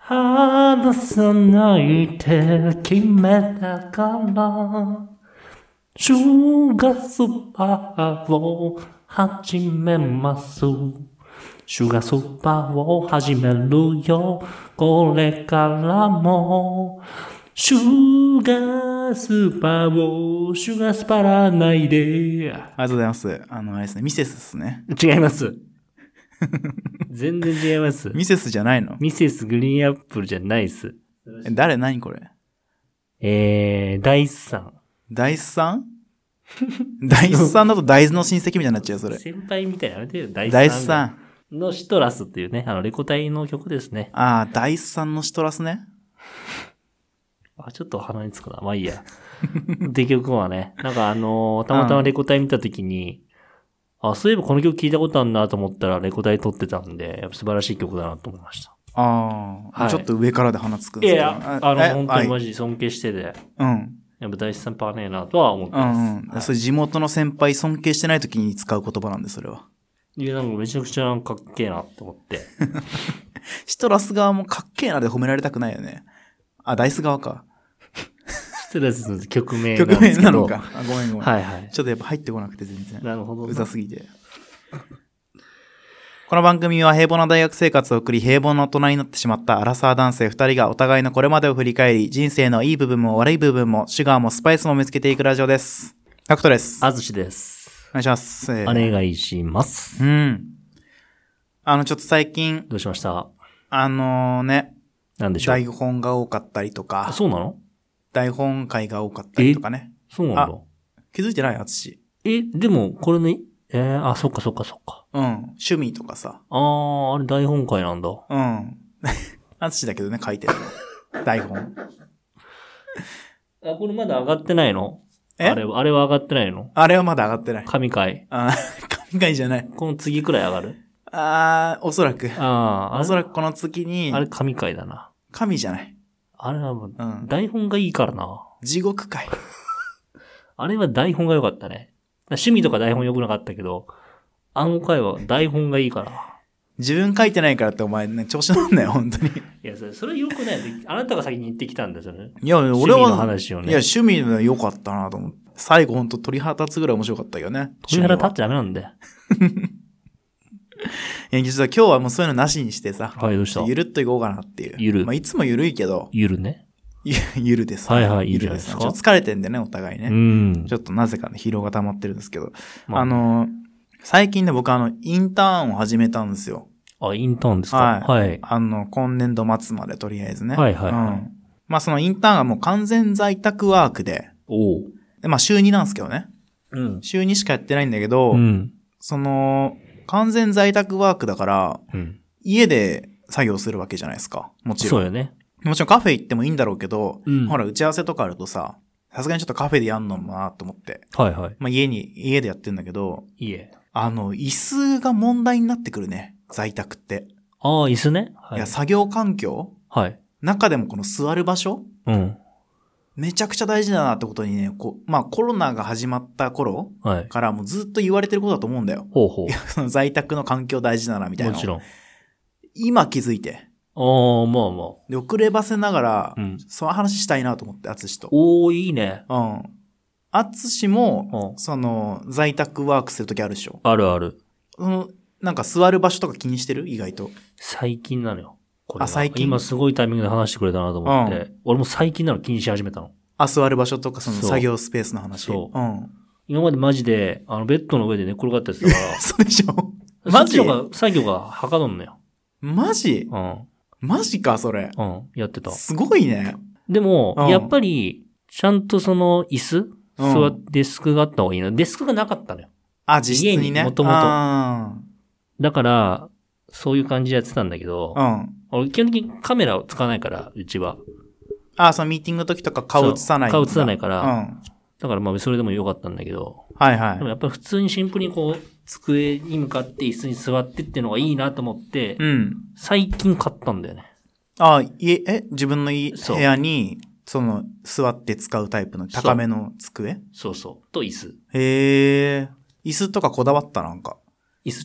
話さないって決めたからシュガースーパーを始めます。シュガースーパーを始めるよ。これからも。シュガースーパーをシュガースパらないで。 ありがとうございます。あれですね、ミセスですね。 違います。全然違います。 ミセスじゃないの？ ミセスグリーンアップルじゃないです。 何これ？ ダイスさん。 ダイスさんダイスさんだと大豆の親戚みたいになっちゃう、それ。 先輩みたいなやめてよ。ダダイスさん。 のシトラスっていうね、レコ大の曲ですね。 ああ、ダイスさんのシトラスね。 ちょっと鼻につくな。まあいいや。って曲はね、なんかたまたまレコ大見たときに、そういえばこの曲聞いたことあるなと思ったらレコ大撮ってたんで、やっぱ素晴らしい曲だなと思いました。 はい、ちょっと上からで鼻つくんですけど。 本当にマジ尊敬してて。 うん。 やっぱ大師さんパーねえなとは思ってます。 それ地元の先輩尊敬してない時に使う言葉なんで、それは。 いや、なんかめちゃくちゃかっけえなって思って。 シトラス側もかっけえなで褒められたくないよね。ダイス側か。 シトラスの曲名なんですけど。 曲名なのか。ごめん。 はいはい。 ちょっとやっぱ入ってこなくて全然。 なるほど。 うざすぎて。この番組は平凡な大学生活を送り平凡な大人になってしまったアラサー男性2人がお互いのこれまでを振り返り、人生のいい部分も悪い部分もシュガーもスパイスも見つけていくラジオです。タクトです。 あずしです。 お願いします。 お願いします。 ちょっと最近。 どうしました？ なんでしょう。 台本が多かったりとか。 そうなの？ 台本会が多かったりとかね。 そうなんだ。 気づいてない？あつし。 でも、これね、そっか。 趣味とかさ。 あれ台本会なんだ。 あつしだけどね、書いてるの。台本。 これまだ上がってないの？あれは上がってないの？ あれはまだ上がってない。 神回。 神回じゃない。 この次くらい上がる？ おそらく。おそらくこの次に。 あれ神回だな。 神じゃない。 あれはもう、台本がいいからな。 地獄回。 あれは台本が良かったね。趣味とか台本良くなかったけど、あの回は台本がいいから。 自分書いてないからってお前ね、調子乗んなよ、本当に。 いや、それ良くない。あなたが先に言ってきたんですよね。 いや、俺は、 趣味の話をね。 いや、趣味の良かったなと思って。最後ほんと鳥肌立つぐらい面白かったよね。 鳥肌立っちゃダメなんだよ。 いや、実は今日はもうそういうのなしにしてさ。 はい、どうした？ ゆるっといこうかなっていう。 ゆる。 まあ、いつもゆるいけど。 ゆるね。 ゆるです。 はい、いいじゃないですか。 ちょっと疲れてんでね、お互いね。ちょっとなぜかね、疲労が溜まってるんですけど。最近ね、僕インターンを始めたんですよ。 インターンですか？はい。 今年度末までとりあえずね。 はい。 まあ、そのインターンはもう完全在宅ワークで。で、まあ、週2なんですけどね。週2しかやってないんだけど、完全在宅ワークだから、家で作業するわけじゃないですか。もちろん。 そうよね。 もちろんカフェ行ってもいいんだろうけど、ほら、打ち合わせとかあるとさ、さすがにちょっとカフェでやんのもなと思って。 はい。 まあ、家でやってんだけど、椅子が問題になってくるね。在宅って。 椅子ね。 いや、作業環境？中でもこの座る場所？めちゃくちゃ大事だなってことにね、まあコロナが始まった頃からもうずっと言われてることだと思うんだよ。いや、その在宅の環境大事だなみたいな。 もちろん。 今気づいて。 まあ。 で、遅ればせながら、その話したいなと思って、あつしと。 いいね。 あつしも、在宅ワークするときあるでしょ？ ある。 なんか座る場所とか気にしてる？意外と。 最近なのよ。 最近？ 今すごいタイミングで話してくれたなと思って。俺も最近なの気にし始めたの。 座る場所とか作業スペースの話。 今までマジで、ベッドの上で寝転がってたから。 そうでしょ？ マジ？作業がはかどんのよ。 マジ？マジか、それ。 やってた。 すごいね。 でも、やっぱり、ちゃんとその椅子座ってデスクがあった方がいいの。デスクがなかったのよ。 実質にね。 もともと。だから、そういう感じでやってたんだけど、俺基本的にカメラを使わないから、うちは。 そのミーティングの時とか顔映さない。 顔映さないから、だからまあそれでもよかったんだけど、でもやっぱり普通にシンプルに机に向かって椅子に座ってっていうのがいいなと思って、最近買ったんだよね。 自分の部屋に、座って使うタイプの高めの机？ そう。と椅子。 椅子とかこだわったなんか。 椅子ちょっ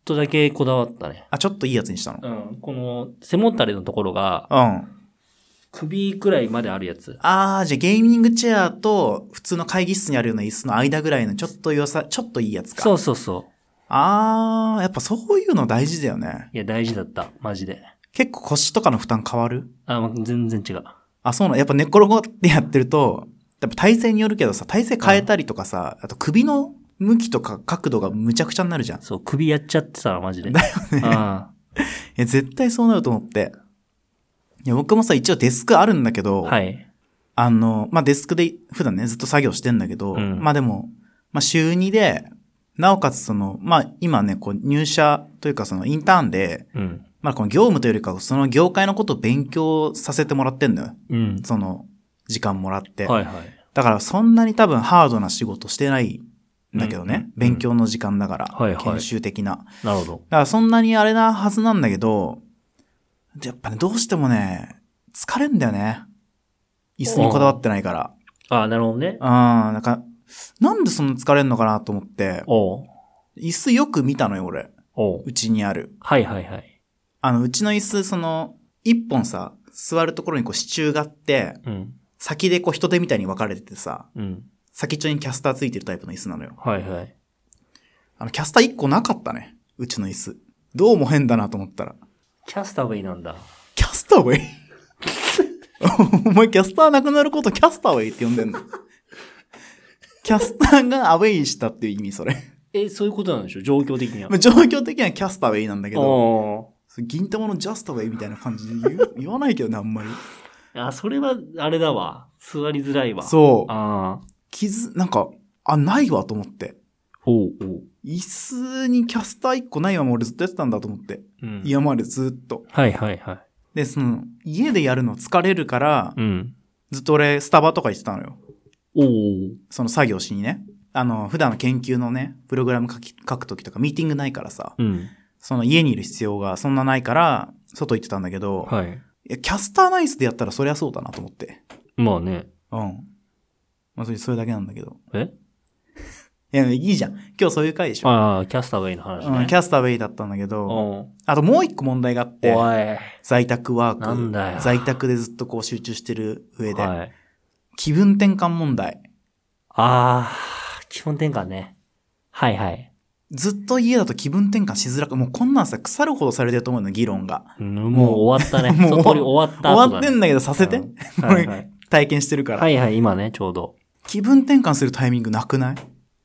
とだけこだわったね。 あ、ちょっといいやつにしたの？ うん。この背もたれのところが、 うん。 首くらいまであるやつ。 あー、じゃあゲーミングチェアと普通の会議室にあるような椅子の間ぐらいのちょっといいやつか。 そうそうそう。 あー、やっぱそういうの大事だよね。 いや、大事だった。マジで。 結構腰とかの負担変わる？ あ、全然違う。 あ、そうなの。やっぱ寝っ転がってやってると、やっぱ体勢によるけどさ、体勢変えたりとかさ、あと首の向きとか角度がむちゃくちゃになるじゃん。 そう、首やっちゃってさ、マジで。 だよね。いや、絶対そうなると思って。いや、僕もさ、一応デスクあるんだけど、 はい。 まあ、デスクで普段ね、ずっと作業してんだけど、まあでも、まあ週2で、なおかつまあ今ね、こう入社というかインターンで、まあこの業務というよりかその業界のことを勉強させてもらってんのよ。その時間もらって。 はいはい。 だからそんなに多分ハードな仕事してないんだけどね。勉強の時間だから。はいはい。研修的な。 なるほど。だからそんなにあれなはずなんだけど、やっぱね、どうしてもね、疲れんだよね。椅子にこだわってないから。 ああ、なるほどね。 なんか、なんでそんな疲れんのかなと思って、椅子よく見たのよ、俺。うちにある。 はいはいはい。 うちの椅子、一本さ、座るところにこう支柱があって、先でこう人手みたいに分かれててさ、先っちょにキャスターついてるタイプの椅子なのよ。はいはい。キャスター1個なかったね。うちの椅子。どうも変だなと思ったら。 キャスターウェイなんだ。 キャスターウェイお前キャスターなくなることキャスターウェイって呼んでんの？キャスターがアウェイしたっていう意味、それ。 そういうことなんでしょ？状況的には。 状況的にはキャスターウェイなんだけど、銀玉のジャスターウェイみたいな感じで言わないけどね、あんまり。 それは、あれだわ。座りづらいわ。 そう。なんか、ないわと思って。椅子にキャスター1個ないまま俺ずっとやってたんだと思って。今までずっと。はいはいはい。で、家でやるの疲れるから、ずっと俺スタバとか行ってたのよ。その作業しにね。普段の研究のね、プログラム書くときとかミーティングないからさ、家にいる必要がそんなないから、外行ってたんだけど、キャスターナイスでやったらそりゃそうだなと思って。 まあね。 まあそれだけなんだけど。いや、いいじゃん。今日そういう回でしょ。 キャスターウェイの話ね。 キャスターウェイだったんだけど、あともう一個問題があって、在宅ワーク。なんだよ。在宅でずっとこう集中してる上で、気分転換問題。 気分転換ね。はいはい。 ずっと家だと気分転換しづらく、もうこんなんさ、腐るほどされてると思うの、議論が。 もう終わったね。もう終わった、 終わってんだけどさせて。体験してるから。 はいはい、今ね、ちょうど。 気分転換するタイミングなくない？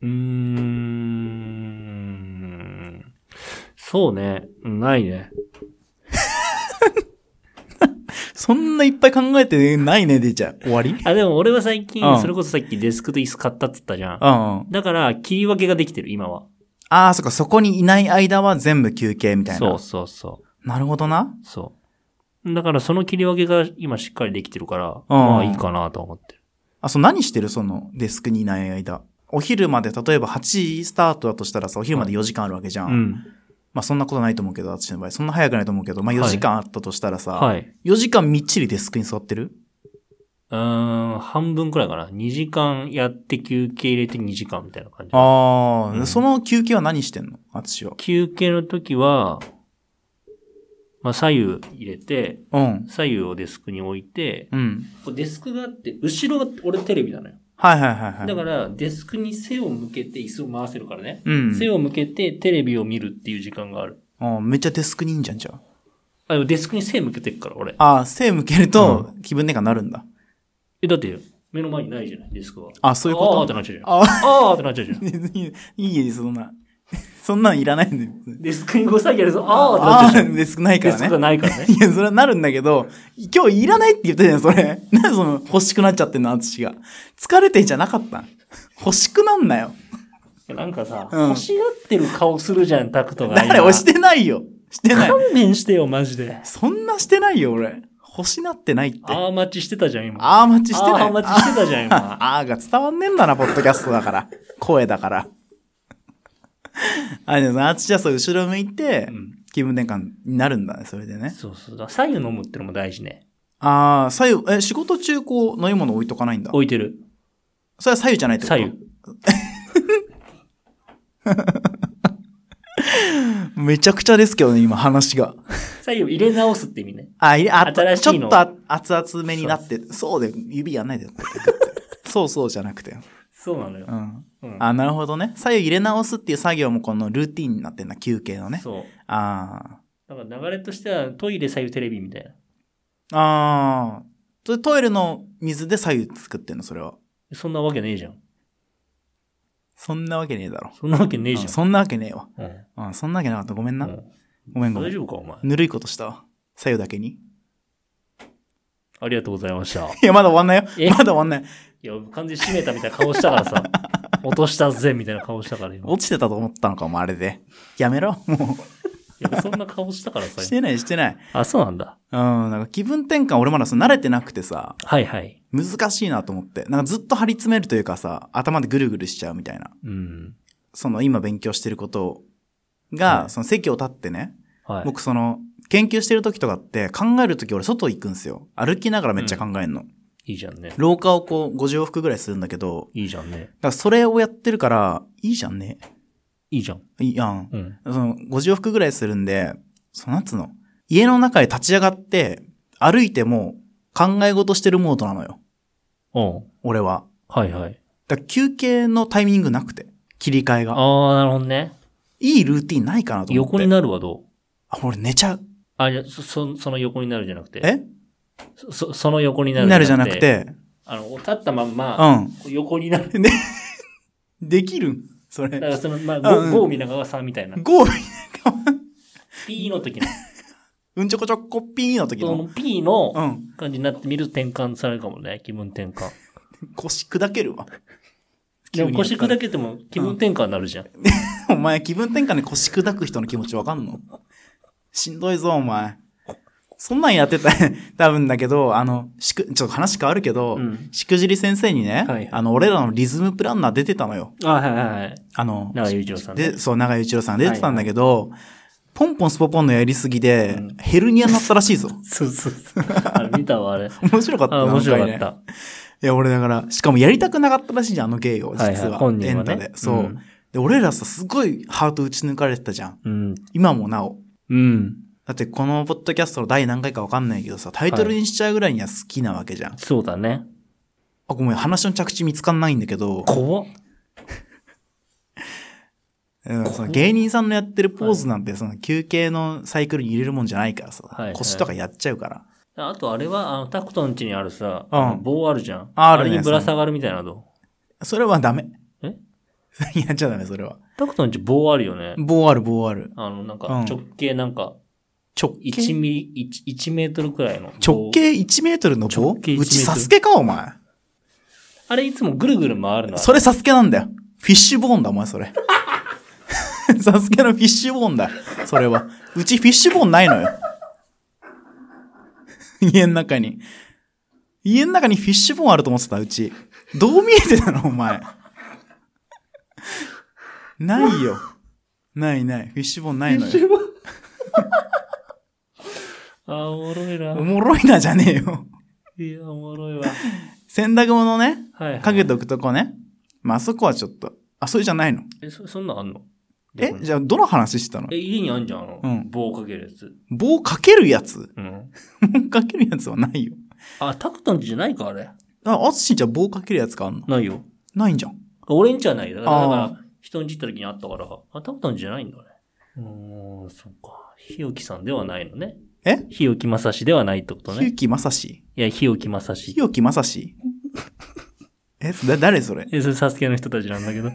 そうね。ないね。 そんないっぱい考えてないね、出ちゃう。終わり？ でも俺は最近、それこそさっきデスクと椅子買ったって言ったじゃん。だから、切り分けができてる、今は。 そっか、そこにいない間は全部休憩みたいな。 そうそうそう。 なるほどな。 そう。だからその切り分けが今しっかりできてるから、まあいいかなと思ってる。 何してる？デスクにいない間。お昼まで、例えば8時スタートだとしたらさ、お昼まで4時間あるわけじゃん。まあそんなことないと思うけど、私の場合。そんな早くないと思うけど、まあ4時間あったとしたらさ、4時間みっちりデスクに座ってる？ 半分くらいかな。2時間やって休憩入れて2時間みたいな感じ。 その休憩は何してんの？私は。 休憩の時は、まあ左右入れて、左右をデスクに置いて、デスクがあって、後ろが俺テレビなのよ。 はいはいはいはい。 だから、デスクに背を向けて椅子を回せるからね。背を向けてテレビを見るっていう時間がある。 めっちゃデスクにいいんじゃん、じゃあ。デスクに背向けてるから、俺。 背向けると気分転換になるんだ。 だって、目の前にないじゃない、デスクは。 そういうこと？ ってなっちゃうじゃん。ってなっちゃうじゃん。 いいそんな。そんなんいらないんだよ。 デスクに5歳やるぞ、ってなっちゃうじゃん。 デスクないからね。 デスクがないからね。 いや、それはなるんだけど、今日いらないって言ったじゃん、それ。なんで欲しくなっちゃってんの、私が。疲れてんじゃなかったん？欲しくなんなよ。 なんかさ、欲しがってる顔するじゃん、タクトが。 押してないよ。してない。 勘弁してよ、マジで。 そんなしてないよ、俺。欲しなってないって。 待ちしてたじゃん、今。 待ちしてない。 待ちしてたじゃん、今。 が伝わんねえんだな、ポッドキャストだから。声だから。私じゃ後ろ向いて、気分転換になるんだね、それでね。 そうそう。左右飲むってのも大事ね。 左右、仕事中飲み物置いとかないんだ。 置いてる。 それは左右じゃないってこと？左右。 めちゃくちゃですけどね、今話が。 左右入れ直すって意味ね。 新しいの。ちょっと熱々めになって、そうで、指やんないでよ。そうじゃなくて。 そうなのよ。 なるほどね。左右入れ直すっていう作業もこのルーティンになってんだ、休憩のね。 そう。だから流れとしてはトイレ左右テレビみたいな。 トイレの水で左右作ってんの、それは。 そんなわけねえじゃん。 そんなわけねえだろ。 そんなわけねえじゃん。 そんなわけねえわ。そんなわけなかった。ごめんな。ごめん。 大丈夫か、お前。 ぬるいことしたわ。左右だけに。 ありがとうございました。 いや、まだ終わんないよ。まだ終わんない。 いや、完全に閉めたみたいな顔したからさ。落としたぜ、みたいな顔したから今。 落ちてたと思ったのかも、あれで。やめろ、もう。 いや、そんな顔したからさ。 してない。 あ、そうなんだ。 なんか気分転換俺まだ慣れてなくてさ。 はいはい。 難しいなと思って。なんかずっと張り詰めるというかさ、頭でぐるぐるしちゃうみたいな。その今勉強してることが、その席を立ってね。僕その、研究してる時とかって考える時俺外行くんすよ。歩きながらめっちゃ考えんの。 いいじゃんね。 廊下をこう50往復ぐらいするんだけど。 いいじゃんね。 だからそれをやってるから、いいじゃんね。 いいじゃん。 いいやん。その50往復ぐらいするんで、なんつうの。家の中で立ち上がって、歩いても考え事してるモードなのよ。俺は。 はいはい。 だから休憩のタイミングなくて。切り替えが。 なるほどね。 いいルーティンないかなと思って。 横になるはどう？ 俺寝ちゃう。 いや、その横になるじゃなくて。 その横になるじゃなくて。 立ったまんま、横になる。 できるそれ。 だからゴー見長さんみたいな。 ゴー見長ピーの時の。 うんちょこちょこピーの時の。 そのピーの感じになってみる転換されるかもね、気分転換。 腰砕けるわ。 でも腰砕けても気分転換になるじゃん。 お前気分転換で腰砕く人の気持ちわかんの？しんどいぞ、お前。そんなんやってた、多分だけど、ちょっと話変わるけど、しくじり先生にね、俺らのリズムプランナー出てたのよ。 はい。長井雄一郎さんね。 そう、長井雄一郎さん出てたんだけど、ポンポンスポポンのやりすぎで、ヘルニアになったらしいぞ。 そう。見たわ、あれ。 面白かったな。 面白かった。 いや、俺だから、しかもやりたくなかったらしいじゃん、芸を、実は。 本人はね。 エンタで。そう。で、俺らさ、すごいハート打ち抜かれてたじゃん。今もなお。だってこのポッドキャストの第何回かわかんないけどさ、タイトルにしちゃうぐらいには好きなわけじゃん。 そうだね。 ごめん、話の着地見つかんないんだけど。 怖っ。 その芸人さんのやってるポーズなんて、その休憩のサイクルに入れるもんじゃないからさ、腰とかやっちゃうから。 あとあれは、タクトン家にあるさ、棒あるじゃん。 あるね。 あれにぶら下がるみたいなの。 それはダメ。やっちゃダメ、それは。 タクトン家棒あるよね。 棒ある。 なんか、直径なんか、 1 メートルくらいの。 直径1メートルの棒？うちサスケか、お前。 あれいつもぐるぐる回るの？ それサスケなんだよ。フィッシュボーンだ、お前、それ。サスケのフィッシュボーンだ。それは。うちフィッシュボーンないのよ。家の中に。家の中にフィッシュボーンあると思ってた、うち。どう見えてたの、お前。ないよ。ない。フィッシュボーンないのよ。 おもろいな。 おもろいなじゃねえよ。 いや、おもろいわ。 洗濯物ね、かけておくとこね。まあ、そこはちょっと。それじゃないの？ そんなんあんの？ じゃあ、どの話してたの？ 家にあんじゃん、棒かけるやつ。 棒かけるやつ？棒かけるやつはないよ。 タクトンじゃないか、あれ。 あつしじゃ棒かけるやつかあんの？ ないよ。 ないんじゃん。 俺んじゃない。だから、人んち行った時にあったから、タクトンじゃないんだね。そっか。日置さんではないのね。日置正史ではないってことね。 日置正史？ いや、日置正史。 日置正史？誰それ？ それサスケの人たちなんだけど。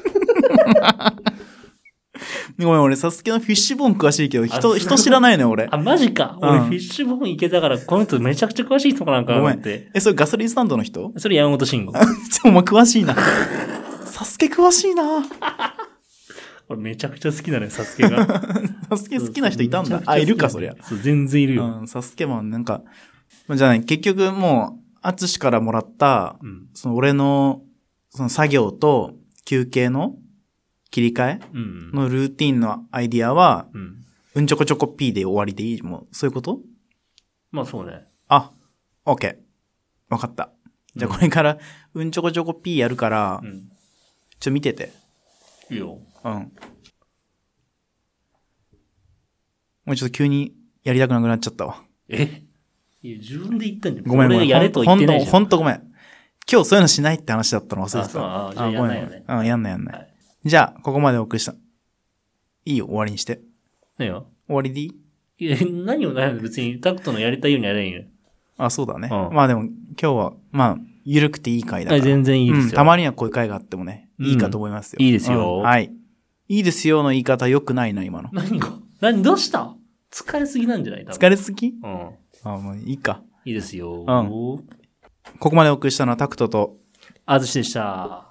ごめん、俺サスケのフィッシュボーン詳しいけど、人知らないのよ、俺。 マジか。俺フィッシュボーンいけたから、この人めちゃくちゃ詳しい人かなんかなって。 それガソリンスタンドの人？ それ山本慎吾。 お前詳しいな。サスケ詳しいな。 俺めちゃくちゃ好きなのよ、サスケが。 サスケ好きな人いたんだ。いるか、そりゃ。 全然いるよ。 サスケマン、なんか、じゃあね、結局もう、アツシからもらった、その俺の、その作業と休憩の切り替えのルーティンのアイディアは、うんちょこちょこ P で終わりでいい？もう、そういうこと？ まあそうね。 オッケー。わかった。じゃあこれから、うんちょこちょこ P やるから、見てて。 いいよ。 もうちょっと急にやりたくなくなっちゃったわ。 いや、自分で言ったんじゃん。 ごめん。 俺がやれと言ってないじゃん。 ほんとごめん。今日そういうのしないって話だったの忘れてた。 じゃあやんないよね。 やんない。はい、じゃあ、ここまでお送りした。いいよ、終わりにして。 何よ終わりでいい？ いや、何をないの別にタクトのやりたいようにやればいいよ。 そうだね。まあでも、今日は、まあ、ゆるくていい回だから。 全然いいですよ。 たまにはこういう回があってもね、いいかと思いますよ。 いいですよ。 はい。いいですよの言い方良くないな、今の。 どうした？疲れすぎなんじゃない？ 疲れすぎ？もういいか。 いいですよ。 ここまでお送りしたのはタクトと、 あずしでした。